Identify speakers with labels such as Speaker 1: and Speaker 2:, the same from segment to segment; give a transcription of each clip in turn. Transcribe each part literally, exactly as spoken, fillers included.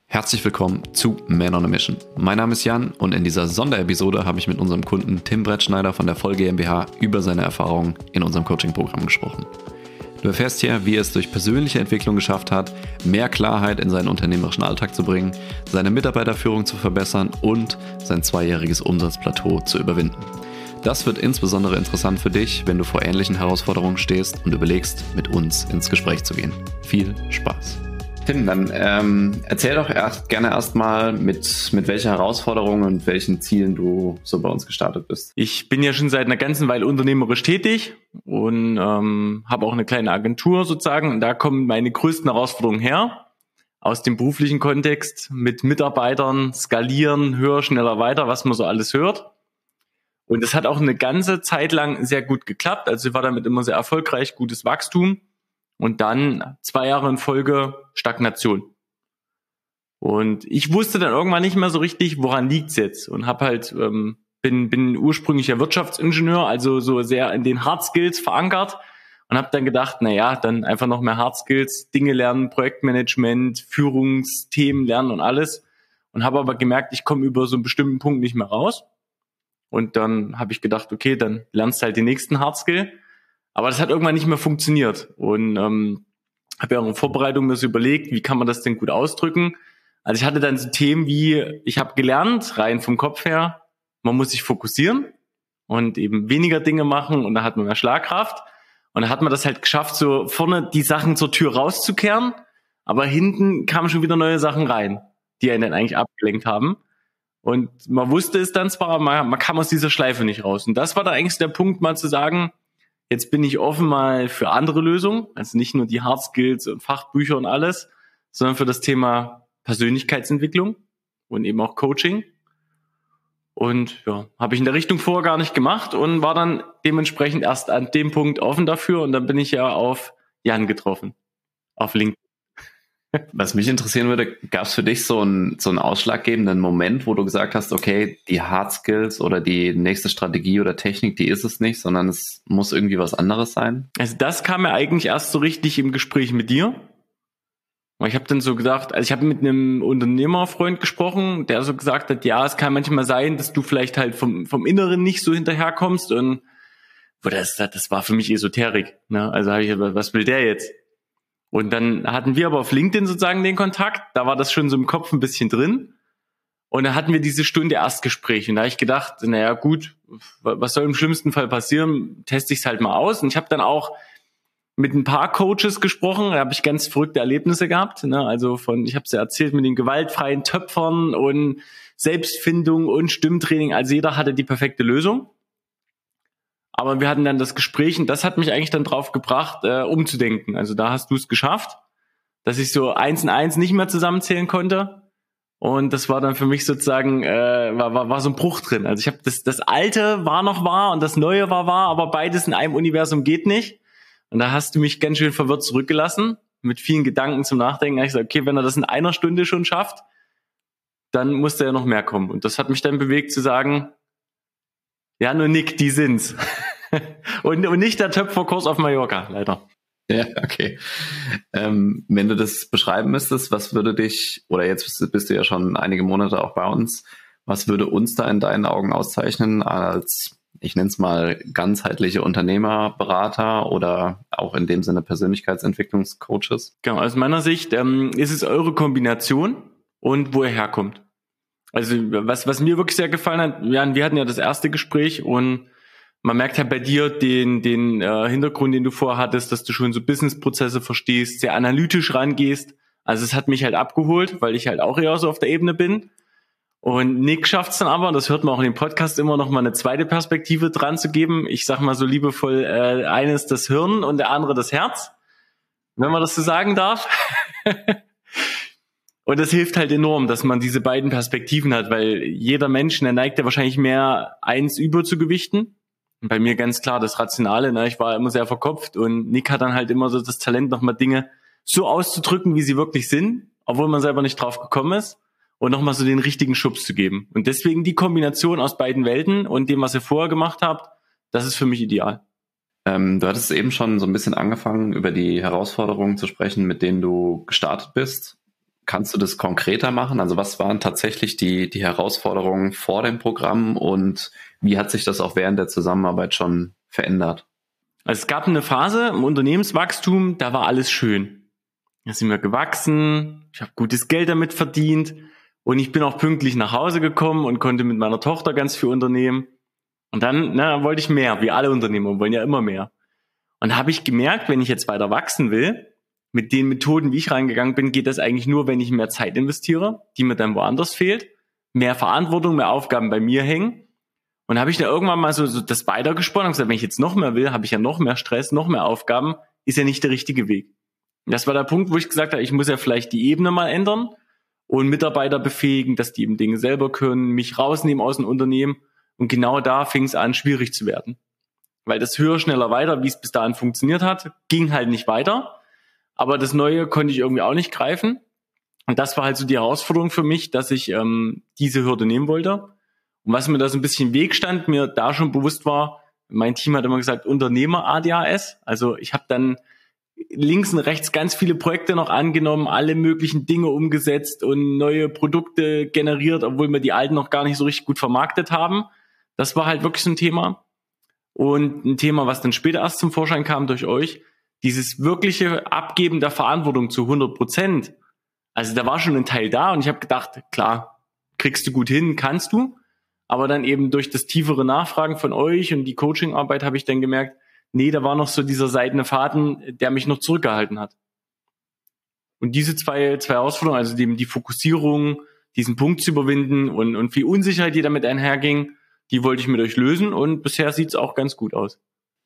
Speaker 1: Herzlich willkommen zu Man on a Mission. Mein Name ist Jan und in dieser Sonderepisode habe ich mit unserem Kunden Tim Brettschneider von der Voll GmbH über seine Erfahrungen in unserem Coaching-Programm gesprochen. Du erfährst hier, wie er es durch persönliche Entwicklung geschafft hat, mehr Klarheit in seinen unternehmerischen Alltag zu bringen, seine Mitarbeiterführung zu verbessern und sein zweijähriges Umsatzplateau zu überwinden. Das wird insbesondere interessant für dich, wenn du vor ähnlichen Herausforderungen stehst und überlegst, mit uns ins Gespräch zu gehen. Viel Spaß! Tim, dann ähm, erzähl doch erst gerne erstmal, mit, mit welcher Herausforderung und welchen Zielen du so bei uns gestartet bist.
Speaker 2: Ich bin ja schon seit einer ganzen Weile unternehmerisch tätig und ähm, habe auch eine kleine Agentur sozusagen. Und da kommen meine größten Herausforderungen her. Aus dem beruflichen Kontext mit Mitarbeitern, skalieren, höher, schneller, weiter, was man so alles hört. Und das hat auch eine ganze Zeit lang sehr gut geklappt. Also ich war damit immer sehr erfolgreich, gutes Wachstum. Und dann zwei Jahre in Folge Stagnation. Und ich wusste dann irgendwann nicht mehr so richtig, woran liegt's jetzt. Und hab halt ähm, bin bin ursprünglicher Wirtschaftsingenieur, also so sehr in den Hard Skills verankert. Und habe dann gedacht, na ja, dann einfach noch mehr Hard Skills, Dinge lernen, Projektmanagement, Führungsthemen lernen und alles. Und habe aber gemerkt, ich komme über so einen bestimmten Punkt nicht mehr raus. Und dann habe ich gedacht, okay, dann lernst du halt den nächsten Hard Skill. Aber das hat irgendwann nicht mehr funktioniert. Und ähm, habe ja auch in Vorbereitung mir so überlegt, wie kann man das denn gut ausdrücken. Also ich hatte dann so Themen wie, ich habe gelernt, rein vom Kopf her, man muss sich fokussieren und eben weniger Dinge machen und da hat man mehr Schlagkraft. Und da hat man das halt geschafft, so vorne die Sachen zur Tür rauszukehren, aber hinten kamen schon wieder neue Sachen rein, die einen dann eigentlich abgelenkt haben. Und man wusste es dann zwar, aber man, man kam aus dieser Schleife nicht raus. Und das war dann eigentlich der Punkt, mal zu sagen, jetzt bin ich offen mal für andere Lösungen, also nicht nur die Hard Skills und Fachbücher und alles, sondern für das Thema Persönlichkeitsentwicklung und eben auch Coaching. Und ja, habe ich in der Richtung vorher gar nicht gemacht und war dann dementsprechend erst an dem Punkt offen dafür. Und dann bin ich ja auf Jan getroffen, auf LinkedIn.
Speaker 1: Was mich interessieren würde, gab es für dich so einen, so einen ausschlaggebenden Moment, wo du gesagt hast, okay, die Hard Skills oder die nächste Strategie oder Technik, die ist es nicht, sondern es muss irgendwie was anderes sein?
Speaker 2: Also das kam mir eigentlich erst so richtig im Gespräch mit dir. Ich habe dann so gedacht, also ich habe mit einem Unternehmerfreund gesprochen, der so gesagt hat, ja, es kann manchmal sein, dass du vielleicht halt vom, vom Inneren nicht so hinterherkommst. Und das, das war für mich Esoterik. Ne? Also habe ich, was will der jetzt? Und dann hatten wir aber auf LinkedIn sozusagen den Kontakt, da war das schon so im Kopf ein bisschen drin. Und dann hatten wir diese Stunde Erstgespräch und da habe ich gedacht, naja gut, was soll im schlimmsten Fall passieren, teste ich es halt mal aus. Und ich habe dann auch mit ein paar Coaches gesprochen, da habe ich ganz verrückte Erlebnisse gehabt. Ne? Also von, ich habe es ja erzählt, mit den gewaltfreien Töpfern und Selbstfindung und Stimmtraining, also jeder hatte die perfekte Lösung. Aber wir hatten dann das Gespräch und das hat mich eigentlich dann drauf gebracht, äh, umzudenken. Also da hast du es geschafft, dass ich so eins und eins nicht mehr zusammenzählen konnte. Und das war dann für mich sozusagen, äh, war, war, war so ein Bruch drin. Also ich habe das, das Alte war noch wahr und das Neue war wahr, aber beides in einem Universum geht nicht. Und da hast du mich ganz schön verwirrt zurückgelassen, mit vielen Gedanken zum Nachdenken. Da habe ich gesagt, okay, wenn er das in einer Stunde schon schafft, dann muss da ja noch mehr kommen. Und das hat mich dann bewegt zu sagen, ja, nur Nick, die sind's. und, und nicht der Töpferkurs auf Mallorca, leider.
Speaker 1: Ja, okay. Ähm, wenn du das beschreiben müsstest, was würde dich, oder jetzt bist, bist du ja schon einige Monate auch bei uns, was würde uns da in deinen Augen auszeichnen als, ich nenne es mal, ganzheitliche Unternehmerberater oder auch in dem Sinne Persönlichkeitsentwicklungscoaches?
Speaker 2: Genau, aus meiner Sicht ähm, ist es eure Kombination und wo ihr herkommt. Also was was mir wirklich sehr gefallen hat, Jan, wir hatten ja das erste Gespräch und man merkt ja bei dir den den äh, Hintergrund, den du vorhattest, dass du schon so Businessprozesse verstehst, sehr analytisch rangehst. Also es hat mich halt abgeholt, weil ich halt auch eher so auf der Ebene bin. Und Nick schafft es dann aber, und das hört man auch in dem Podcast immer, noch mal eine zweite Perspektive dran zu geben. Ich sag mal so liebevoll, äh, eines das Hirn und der andere das Herz, wenn man das so sagen darf. Und das hilft halt enorm, dass man diese beiden Perspektiven hat, weil jeder Mensch, der neigt ja wahrscheinlich mehr eins über zu gewichten. Und bei mir ganz klar das Rationale, ne? Ich war immer sehr verkopft und Nick hat dann halt immer so das Talent, nochmal Dinge so auszudrücken, wie sie wirklich sind, obwohl man selber nicht drauf gekommen ist und nochmal so den richtigen Schubs zu geben. Und deswegen die Kombination aus beiden Welten und dem, was ihr vorher gemacht habt, das ist für mich ideal.
Speaker 1: Ähm, du hattest eben schon so ein bisschen angefangen, über die Herausforderungen zu sprechen, mit denen du gestartet bist. Kannst du das konkreter machen? Also was waren tatsächlich die, die Herausforderungen vor dem Programm und wie hat sich das auch während der Zusammenarbeit schon verändert?
Speaker 2: Also es gab eine Phase im Unternehmenswachstum, da war alles schön. Da sind wir gewachsen, ich habe gutes Geld damit verdient und ich bin auch pünktlich nach Hause gekommen und konnte mit meiner Tochter ganz viel unternehmen. Und dann na, wollte ich mehr, wie alle Unternehmer wollen ja immer mehr. Und da habe ich gemerkt, wenn ich jetzt weiter wachsen will, mit den Methoden, wie ich reingegangen bin, geht das eigentlich nur, wenn ich mehr Zeit investiere, die mir dann woanders fehlt, mehr Verantwortung, mehr Aufgaben bei mir hängen. Und habe ich dann irgendwann mal so, so das weitergesponnen und gesagt, wenn ich jetzt noch mehr will, habe ich ja noch mehr Stress, noch mehr Aufgaben, ist ja nicht der richtige Weg. Und das war der Punkt, wo ich gesagt habe, ich muss ja vielleicht die Ebene mal ändern und Mitarbeiter befähigen, dass die eben Dinge selber können, mich rausnehmen aus dem Unternehmen. Und genau da fing es an, schwierig zu werden. Weil das höher, schneller, weiter, wie es bis dahin funktioniert hat, ging halt nicht weiter. Aber das Neue konnte ich irgendwie auch nicht greifen. Und das war halt so die Herausforderung für mich, dass ich ähm, diese Hürde nehmen wollte. Und was mir da so ein bisschen im Weg stand, mir da schon bewusst war, mein Team hat immer gesagt, Unternehmer-A D H S. Also ich habe dann links und rechts ganz viele Projekte noch angenommen, alle möglichen Dinge umgesetzt und neue Produkte generiert, obwohl wir die alten noch gar nicht so richtig gut vermarktet haben. Das war halt wirklich so ein Thema. Und ein Thema, was dann später erst zum Vorschein kam durch euch, dieses wirkliche Abgeben der Verantwortung zu hundert Prozent. Also da war schon ein Teil da und ich habe gedacht, klar, kriegst du gut hin, kannst du. Aber dann eben durch das tiefere Nachfragen von euch und die Coachingarbeit habe ich dann gemerkt, nee, da war noch so dieser seidene Faden, der mich noch zurückgehalten hat. Und diese zwei, zwei Herausforderungen, also eben die Fokussierung, diesen Punkt zu überwinden und, und viel Unsicherheit, die damit einherging, die wollte ich mit euch lösen und bisher sieht es auch ganz gut aus.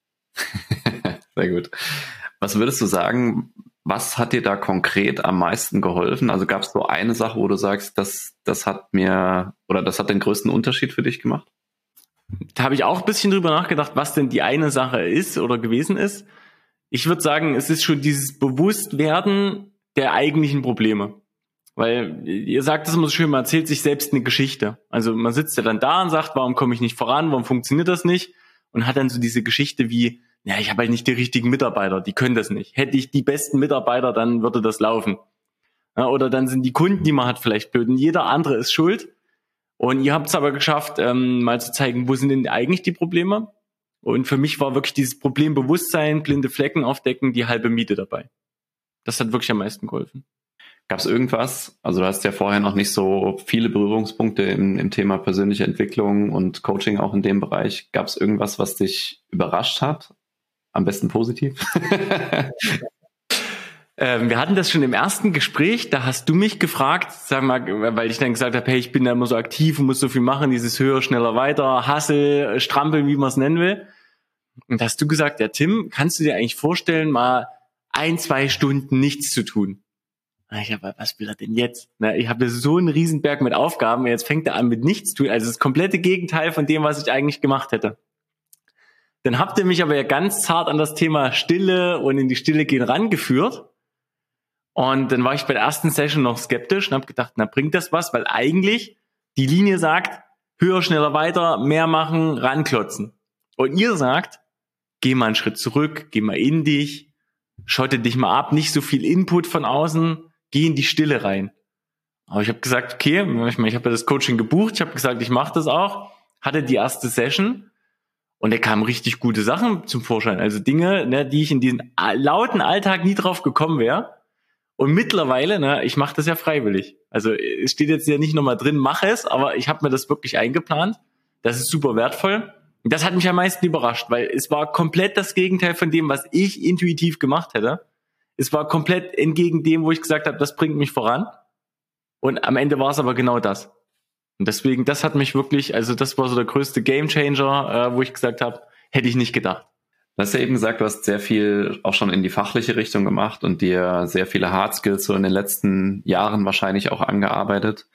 Speaker 1: Sehr gut. Was würdest du sagen, was hat dir da konkret am meisten geholfen? Also gab es so eine Sache, wo du sagst, das, das hat mir oder das hat den größten Unterschied für dich gemacht?
Speaker 2: Da habe ich auch ein bisschen drüber nachgedacht, was denn die eine Sache ist oder gewesen ist. Ich würde sagen, es ist schon dieses Bewusstwerden der eigentlichen Probleme. Weil ihr sagt es immer so schön, man erzählt sich selbst eine Geschichte. Also man sitzt ja dann da und sagt, warum komme ich nicht voran, warum funktioniert das nicht? Und hat dann so diese Geschichte wie, ja, ich habe halt nicht die richtigen Mitarbeiter, die können das nicht. Hätte ich die besten Mitarbeiter, dann würde das laufen. Ja, oder dann sind die Kunden, die man hat, vielleicht blöd und jeder andere ist schuld. Und ihr habt es aber geschafft, ähm, mal zu zeigen, wo sind denn eigentlich die Probleme? Und für mich war wirklich dieses Problembewusstsein, blinde Flecken aufdecken, die halbe Miete dabei. Das hat wirklich am meisten geholfen.
Speaker 1: Gab es irgendwas, also du hast ja vorher noch nicht so viele Berührungspunkte im, im Thema persönliche Entwicklung und Coaching auch in dem Bereich. Gab es irgendwas, was dich überrascht hat? Am besten positiv?
Speaker 2: ähm, wir hatten das schon im ersten Gespräch, da hast du mich gefragt, sag mal, weil ich dann gesagt habe, hey, ich bin da immer so aktiv und muss so viel machen, dieses höher, schneller, weiter, Hustle, Strampeln, wie man es nennen will. Und da hast du gesagt, ja Tim, kannst du dir eigentlich vorstellen, mal ein, zwei Stunden nichts zu tun? Ich habe, was will er denn jetzt? Na, ich habe so einen Riesenberg mit Aufgaben und jetzt fängt er an mit nichts zu tun. Also das komplette Gegenteil von dem, was ich eigentlich gemacht hätte. Dann habt ihr mich aber ja ganz zart an das Thema Stille und in die Stille gehen rangeführt. Und dann war ich bei der ersten Session noch skeptisch und habe gedacht, na bringt das was? Weil eigentlich die Linie sagt, höher, schneller, weiter, mehr machen, ranklotzen. Und ihr sagt, geh mal einen Schritt zurück, geh mal in dich, schotte dich mal ab, nicht so viel Input von außen, geh in die Stille rein. Aber ich habe gesagt, okay, ich meine, ich habe ja das Coaching gebucht, ich habe gesagt, ich mache das auch, hatte die erste Session und da kamen richtig gute Sachen zum Vorschein. Also Dinge, ne, die ich in diesem lauten Alltag nie drauf gekommen wäre. Und mittlerweile, ne, ich mache das ja freiwillig. Also es steht jetzt ja nicht nochmal drin, mach es, aber ich habe mir das wirklich eingeplant. Das ist super wertvoll. Und das hat mich am meisten überrascht, weil es war komplett das Gegenteil von dem, was ich intuitiv gemacht hätte. Es war komplett entgegen dem, wo ich gesagt habe, das bringt mich voran. Und am Ende war es aber genau das. Und deswegen, das hat mich wirklich, also das war so der größte Gamechanger, äh, wo ich gesagt habe, hätte ich nicht gedacht.
Speaker 1: Du hast ja eben gesagt, du hast sehr viel auch schon in die fachliche Richtung gemacht und dir sehr viele Hard Skills so in den letzten Jahren wahrscheinlich auch angearbeitet.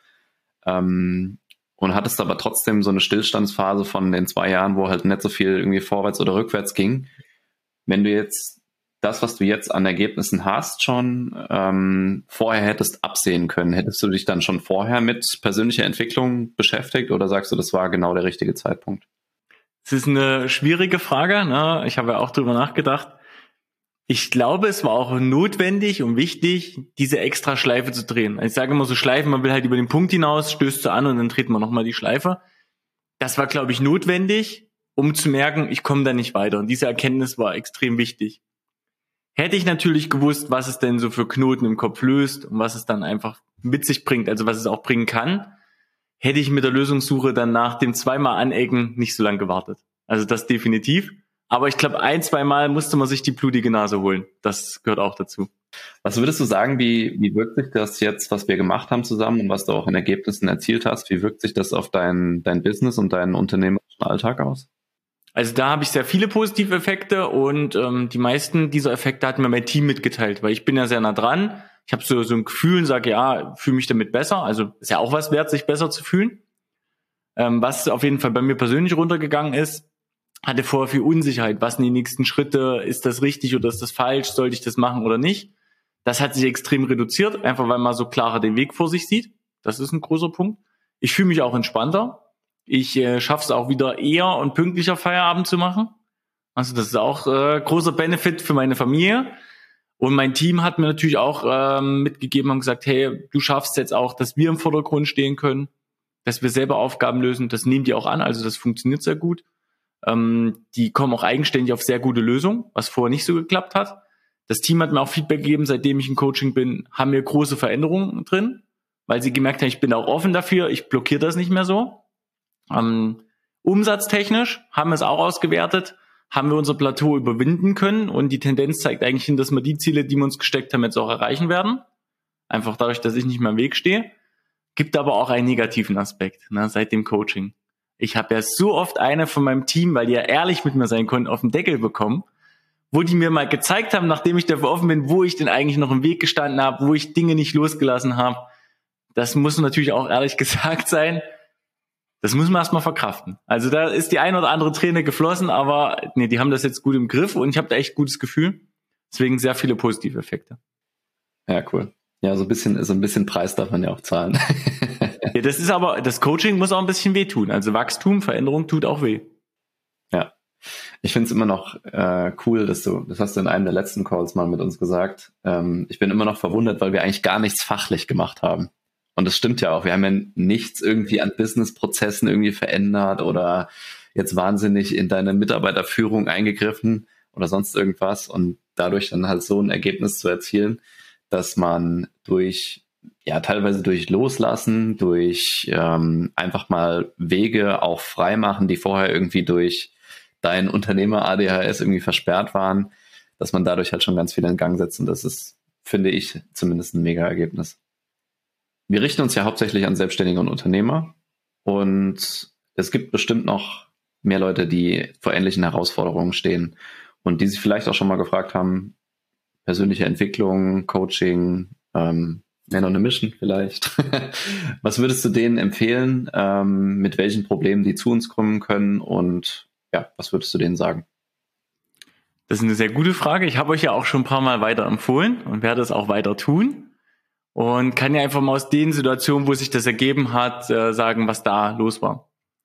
Speaker 1: Ähm, und hattest aber trotzdem so eine Stillstandsphase von den zwei Jahren, wo halt nicht so viel irgendwie vorwärts oder rückwärts ging. Wenn du jetzt das, was du jetzt an Ergebnissen hast, schon ähm, vorher hättest absehen können, hättest du dich dann schon vorher mit persönlicher Entwicklung beschäftigt oder sagst du, das war genau der richtige Zeitpunkt?
Speaker 2: Es ist eine schwierige Frage, ne? Ich habe ja auch drüber nachgedacht. Ich glaube, es war auch notwendig und wichtig, diese extra Schleife zu drehen. Ich sage immer so Schleifen, man will halt über den Punkt hinaus, stößt so an und dann dreht man nochmal die Schleife. Das war, glaube ich, notwendig, um zu merken, ich komme da nicht weiter. Und diese Erkenntnis war extrem wichtig. Hätte ich natürlich gewusst, was es denn so für Knoten im Kopf löst und was es dann einfach mit sich bringt, also was es auch bringen kann, hätte ich mit der Lösungssuche dann nach dem zweimal Anecken nicht so lange gewartet. Also das definitiv. Aber ich glaube, ein, zwei Mal musste man sich die blutige Nase holen. Das gehört auch dazu.
Speaker 1: Was würdest du sagen, wie, wie wirkt sich das jetzt, was wir gemacht haben zusammen und was du auch in Ergebnissen erzielt hast, wie wirkt sich das auf dein, dein Business und deinen unternehmerischen Alltag aus?
Speaker 2: Also da habe ich sehr viele positive Effekte und ähm, die meisten dieser Effekte hat mir mein Team mitgeteilt, weil ich bin ja sehr nah dran. Ich habe so, so ein Gefühl und sage, ja, fühle mich damit besser. Also ist ja auch was wert, sich besser zu fühlen. Ähm, was auf jeden Fall bei mir persönlich runtergegangen ist, hatte vorher viel Unsicherheit. Was sind die nächsten Schritte? Ist das richtig oder ist das falsch? Sollte ich das machen oder nicht? Das hat sich extrem reduziert, einfach weil man so klarer den Weg vor sich sieht. Das ist ein großer Punkt. Ich fühle mich auch entspannter. Ich äh, schaffe es auch wieder eher und pünktlicher Feierabend zu machen. Also das ist auch äh, großer Benefit für meine Familie. Und mein Team hat mir natürlich auch ähm, mitgegeben und gesagt, hey, du schaffst jetzt auch, dass wir im Vordergrund stehen können, dass wir selber Aufgaben lösen. Das nehmen die auch an, also das funktioniert sehr gut. Ähm, die kommen auch eigenständig auf sehr gute Lösungen, was vorher nicht so geklappt hat. Das Team hat mir auch Feedback gegeben, seitdem ich im Coaching bin, haben wir große Veränderungen drin, weil sie gemerkt haben, ich bin auch offen dafür, ich blockiere das nicht mehr so. Ähm, umsatztechnisch haben wir es auch ausgewertet, haben wir unser Plateau überwinden können und die Tendenz zeigt eigentlich hin, dass wir die Ziele, die wir uns gesteckt haben, jetzt auch erreichen werden. Einfach dadurch, dass ich nicht mehr im Weg stehe. Gibt aber auch einen negativen Aspekt, ne, seit dem Coaching. Ich habe ja so oft eine von meinem Team, weil die ja ehrlich mit mir sein konnten, auf den Deckel bekommen, wo die mir mal gezeigt haben, nachdem ich dafür offen bin, wo ich denn eigentlich noch im Weg gestanden habe, wo ich Dinge nicht losgelassen habe. Das muss natürlich auch ehrlich gesagt sein. Das muss man erstmal verkraften. Also da ist die ein oder andere Träne geflossen, aber nee, die haben das jetzt gut im Griff und ich habe da echt gutes Gefühl. Deswegen sehr viele positive Effekte.
Speaker 1: Ja, cool. Ja, so ein bisschen, so ein bisschen Preis darf man ja auch zahlen.
Speaker 2: Ja, das ist aber, das Coaching muss auch ein bisschen wehtun. Also Wachstum, Veränderung tut auch weh.
Speaker 1: Ja. Ich finde es immer noch äh, cool, dass du, das hast du in einem der letzten Calls mal mit uns gesagt. Ähm, ich bin immer noch verwundert, weil wir eigentlich gar nichts fachlich gemacht haben. Und das stimmt ja auch. Wir haben ja nichts irgendwie an Businessprozessen irgendwie verändert oder jetzt wahnsinnig in deine Mitarbeiterführung eingegriffen oder sonst irgendwas. Und dadurch dann halt so ein Ergebnis zu erzielen, dass man durch, ja, teilweise durch Loslassen, durch ähm, einfach mal Wege auch frei machen, die vorher irgendwie durch dein Unternehmer-A D H S irgendwie versperrt waren, dass man dadurch halt schon ganz viel in Gang setzt. Und das ist, finde ich, zumindest ein mega Ergebnis. Wir richten uns ja hauptsächlich an Selbstständige und Unternehmer. Und es gibt bestimmt noch mehr Leute, die vor ähnlichen Herausforderungen stehen und die sich vielleicht auch schon mal gefragt haben, persönliche Entwicklung, Coaching, ähm, Man on a Mission vielleicht. Was würdest du denen empfehlen, ähm, mit welchen Problemen die zu uns kommen können und ja, was würdest du denen sagen?
Speaker 2: Das ist eine sehr gute Frage. Ich habe euch ja auch schon ein paar Mal weiter empfohlen und werde es auch weiter tun und kann ja einfach mal aus den Situationen, wo sich das ergeben hat, äh, sagen, was da los war.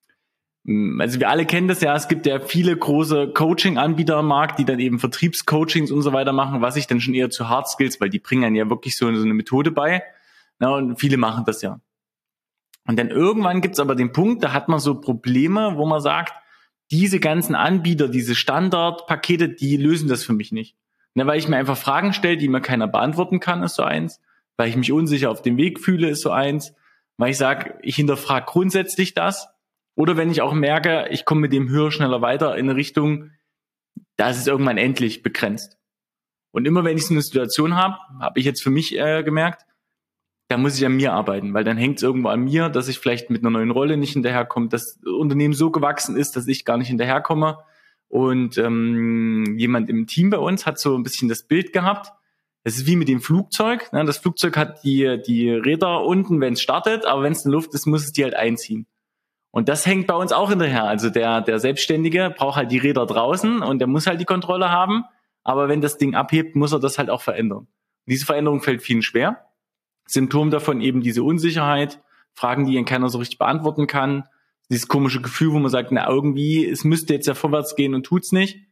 Speaker 2: Also wir alle kennen das ja, es gibt ja viele große Coaching-Anbieter am Markt, die dann eben Vertriebscoachings und so weiter machen, was ich dann schon eher zu Hard Skills, weil die bringen dann ja wirklich so, so eine Methode bei. Na, und viele machen das ja. Und dann irgendwann gibt's aber den Punkt, da hat man so Probleme, wo man sagt, diese ganzen Anbieter, diese Standardpakete, die lösen das für mich nicht. Na, weil ich mir einfach Fragen stelle, die mir keiner beantworten kann, ist so eins. Weil ich mich unsicher auf dem Weg fühle, ist so eins. Weil ich sage, ich hinterfrage grundsätzlich das. Oder wenn ich auch merke, ich komme mit dem höher, schneller weiter in eine Richtung, da ist es irgendwann endlich begrenzt. Und immer wenn ich so eine Situation habe, habe ich jetzt für mich äh, gemerkt, da muss ich an mir arbeiten, weil dann hängt es irgendwo an mir, dass ich vielleicht mit einer neuen Rolle nicht hinterherkomme, dass das Unternehmen so gewachsen ist, dass ich gar nicht hinterherkomme. Und ähm, jemand im Team bei uns hat so ein bisschen das Bild gehabt, es ist wie mit dem Flugzeug. Ne? Das Flugzeug hat die, die Räder unten, wenn es startet, aber wenn es in der Luft ist, muss es die halt einziehen. Und das hängt bei uns auch hinterher. Also der, der Selbstständige braucht halt die Räder draußen und der muss halt die Kontrolle haben. Aber wenn das Ding abhebt, muss er das halt auch verändern. Und diese Veränderung fällt vielen schwer. Symptom davon eben diese Unsicherheit, Fragen, die ihn keiner so richtig beantworten kann. Dieses komische Gefühl, wo man sagt, na irgendwie, es müsste jetzt ja vorwärts gehen und tut's nicht.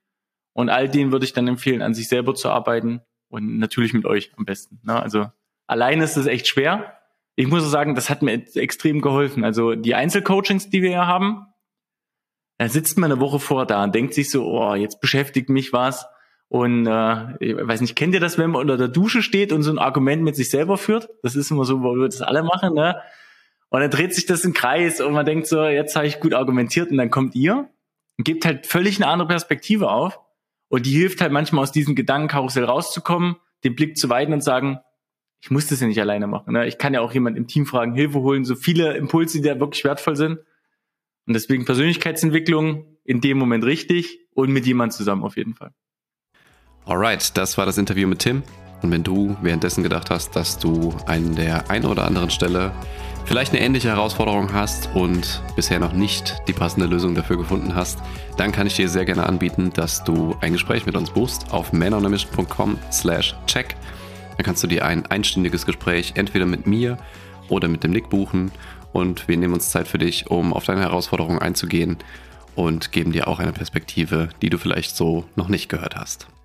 Speaker 2: Und all denen würde ich dann empfehlen, an sich selber zu arbeiten und natürlich mit euch am besten. Ne? Also alleine ist das echt schwer. Ich muss sagen, das hat mir extrem geholfen. Also die Einzelcoachings, die wir ja haben, da sitzt man eine Woche vor da und denkt sich so, oh, jetzt beschäftigt mich was. Und äh, ich weiß nicht, kennt ihr das, wenn man unter der Dusche steht und so ein Argument mit sich selber führt? Das ist immer so, wo wir das alle machen, ne? Und dann dreht sich das im Kreis und man denkt so, jetzt habe ich gut argumentiert und dann kommt ihr und gebt halt völlig eine andere Perspektive auf. Und die hilft halt manchmal aus diesem Gedankenkarussell rauszukommen, den Blick zu weiten und sagen, ich muss das ja nicht alleine machen. Ne? Ich kann ja auch jemand im Team fragen, Hilfe holen, so viele Impulse, die da wirklich wertvoll sind. Und deswegen Persönlichkeitsentwicklung in dem Moment richtig und mit jemand zusammen auf jeden Fall.
Speaker 1: Alright, das war das Interview mit Tim. Und wenn du währenddessen gedacht hast, dass du an der einen oder anderen Stelle vielleicht eine ähnliche Herausforderung hast und bisher noch nicht die passende Lösung dafür gefunden hast, dann kann ich dir sehr gerne anbieten, dass du ein Gespräch mit uns buchst auf manonamission punkt com slash check. Dann kannst du dir ein einstündiges Gespräch entweder mit mir oder mit dem Nick buchen und wir nehmen uns Zeit für dich, um auf deine Herausforderungen einzugehen und geben dir auch eine Perspektive, die du vielleicht so noch nicht gehört hast.